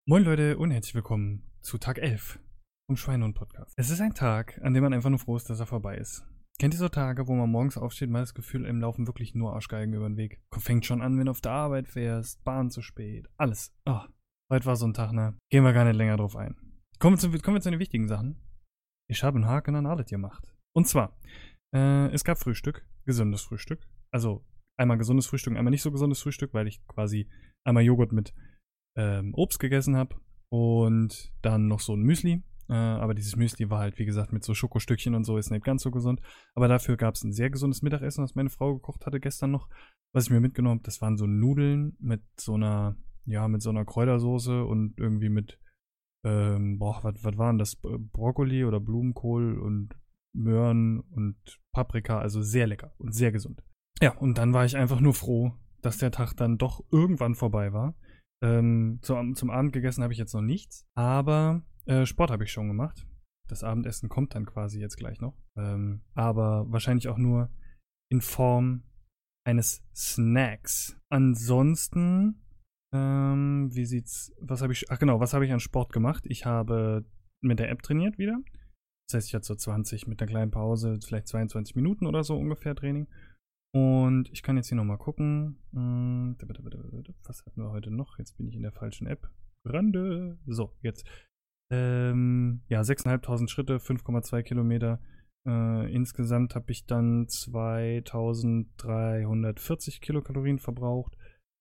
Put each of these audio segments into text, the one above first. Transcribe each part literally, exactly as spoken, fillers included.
Moin Leute und herzlich willkommen zu Tag elf vom Schweinehund-Podcast. Es ist ein Tag, an dem man einfach nur froh ist, dass er vorbei ist. Kennt ihr so Tage, wo man morgens aufsteht und man hat das Gefühl, im Laufen wirklich nur Arschgeigen über den Weg? Fängt schon an, wenn du auf der Arbeit fährst, Bahn zu spät, alles. Oh, heute war so ein Tag, ne? Gehen wir gar nicht länger drauf ein. Kommen wir zu, kommen wir zu den wichtigen Sachen. Ich habe einen Haken an alles gemacht. Und zwar, äh, es gab Frühstück, gesundes Frühstück. Also einmal gesundes Frühstück, einmal nicht so gesundes Frühstück, weil ich quasi einmal Joghurt mit ähm, Obst gegessen habe und dann noch so ein Müsli. Äh, aber dieses Müsli war halt, wie gesagt, mit so Schokostückchen und so, ist nicht ganz so gesund. Aber dafür gab es ein sehr gesundes Mittagessen, was meine Frau gekocht hatte gestern noch. Was ich mir mitgenommen habe, das waren so Nudeln mit so einer, ja, mit so einer Kräutersoße und irgendwie mit, ähm, boah, was waren das? Brokkoli oder Blumenkohl und Möhren und Paprika, also sehr lecker und sehr gesund. Ja, und dann war ich einfach nur froh, dass der Tag dann doch irgendwann vorbei war. Ähm, zum, zum Abend gegessen habe ich jetzt noch nichts, aber äh, Sport habe ich schon gemacht. Das Abendessen kommt dann quasi jetzt gleich noch. Ähm, aber wahrscheinlich auch nur in Form eines Snacks. Ansonsten, ähm, wie sieht's, was habe ich, ach genau, was habe ich an Sport gemacht? Ich habe mit der App trainiert wieder. Das heißt, ich hatte so zwanzig mit einer kleinen Pause, vielleicht zweiundzwanzig Minuten oder so ungefähr Training. Und ich kann jetzt hier nochmal gucken. Was hatten wir heute noch? Jetzt bin ich in der falschen App. Grande. So, jetzt. Ähm, ja, sechstausendfünfhundert Schritte, fünf Komma zwei Kilometer. Äh, insgesamt habe ich dann zweitausenddreihundertvierzig Kilokalorien verbraucht.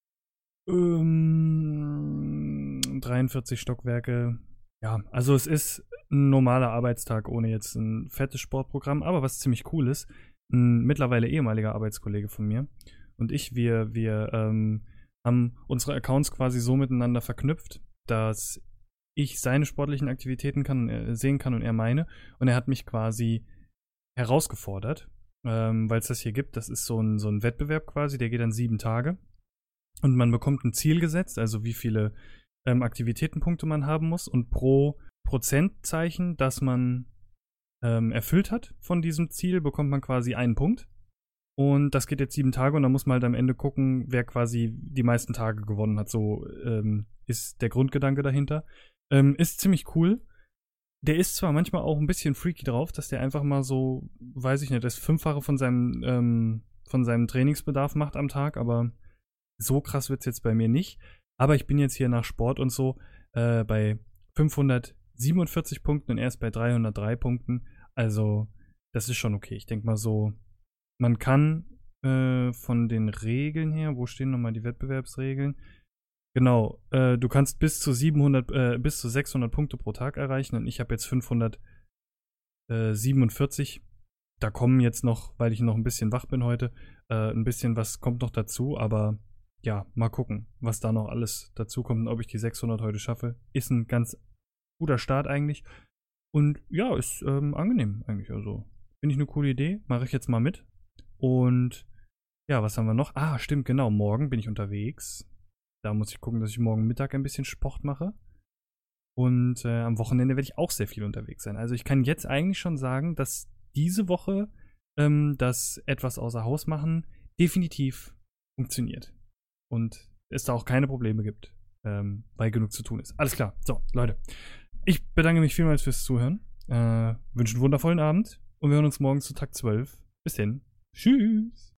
Ähm, dreiundvierzig Stockwerke. Ja, also es ist ein normaler Arbeitstag ohne jetzt ein fettes Sportprogramm. Aber was ziemlich cool ist, ein mittlerweile ehemaliger Arbeitskollege von mir und ich, wir, wir ähm, haben unsere Accounts quasi so miteinander verknüpft, dass ich seine sportlichen Aktivitäten kann, äh, sehen kann und er meine. Und er hat mich quasi herausgefordert, ähm, weil es das hier gibt. Das ist so ein, so ein Wettbewerb quasi, der geht dann sieben Tage. Und man bekommt ein Ziel gesetzt, also wie viele ähm, Aktivitätenpunkte man haben muss. Und pro Prozentzeichen, dass man Ähm, erfüllt hat von diesem Ziel, bekommt man quasi einen Punkt. Und das geht jetzt sieben Tage und dann muss man halt am Ende gucken, wer quasi die meisten Tage gewonnen hat. So ähm, ist der Grundgedanke dahinter. Ähm, ist ziemlich cool. Der ist zwar manchmal auch ein bisschen freaky drauf, dass der einfach mal so, weiß ich nicht, das Fünffache von seinem, ähm, von seinem Trainingsbedarf macht am Tag, aber so krass wird's jetzt bei mir nicht. Aber ich bin jetzt hier nach Sport und so äh, bei fünfhundertsiebenundvierzig Punkten und er ist bei dreihundertdrei Punkten. Also, das ist schon okay. Ich denke mal so, man kann äh, von den Regeln her, wo stehen nochmal die Wettbewerbsregeln? Genau, äh, du kannst bis zu siebenhundert, äh, bis zu sechshundert Punkte pro Tag erreichen und ich habe jetzt fünfhundertsiebenundvierzig. Da kommen jetzt noch, weil ich noch ein bisschen wach bin heute, äh, ein bisschen was kommt noch dazu, aber ja, mal gucken, was da noch alles dazu kommt und ob ich die sechshundert heute schaffe. Ist ein ganz guter Start eigentlich. Und ja, ist ähm, angenehm eigentlich. Also, finde ich eine coole Idee. Mache ich jetzt mal mit. Und ja, was haben wir noch? Ah, stimmt, genau. Morgen bin ich unterwegs. Da muss ich gucken, dass ich morgen Mittag ein bisschen Sport mache. Und äh, am Wochenende werde ich auch sehr viel unterwegs sein. Also, ich kann jetzt eigentlich schon sagen, dass diese Woche ähm, das etwas außer Haus machen definitiv funktioniert. Und es da auch keine Probleme gibt, ähm, weil genug zu tun ist. Alles klar. So, Leute. Ich bedanke mich vielmals fürs Zuhören. Äh, wünsche einen wundervollen Abend und wir hören uns morgen zu Tag zwölf. Bis dann. Tschüss.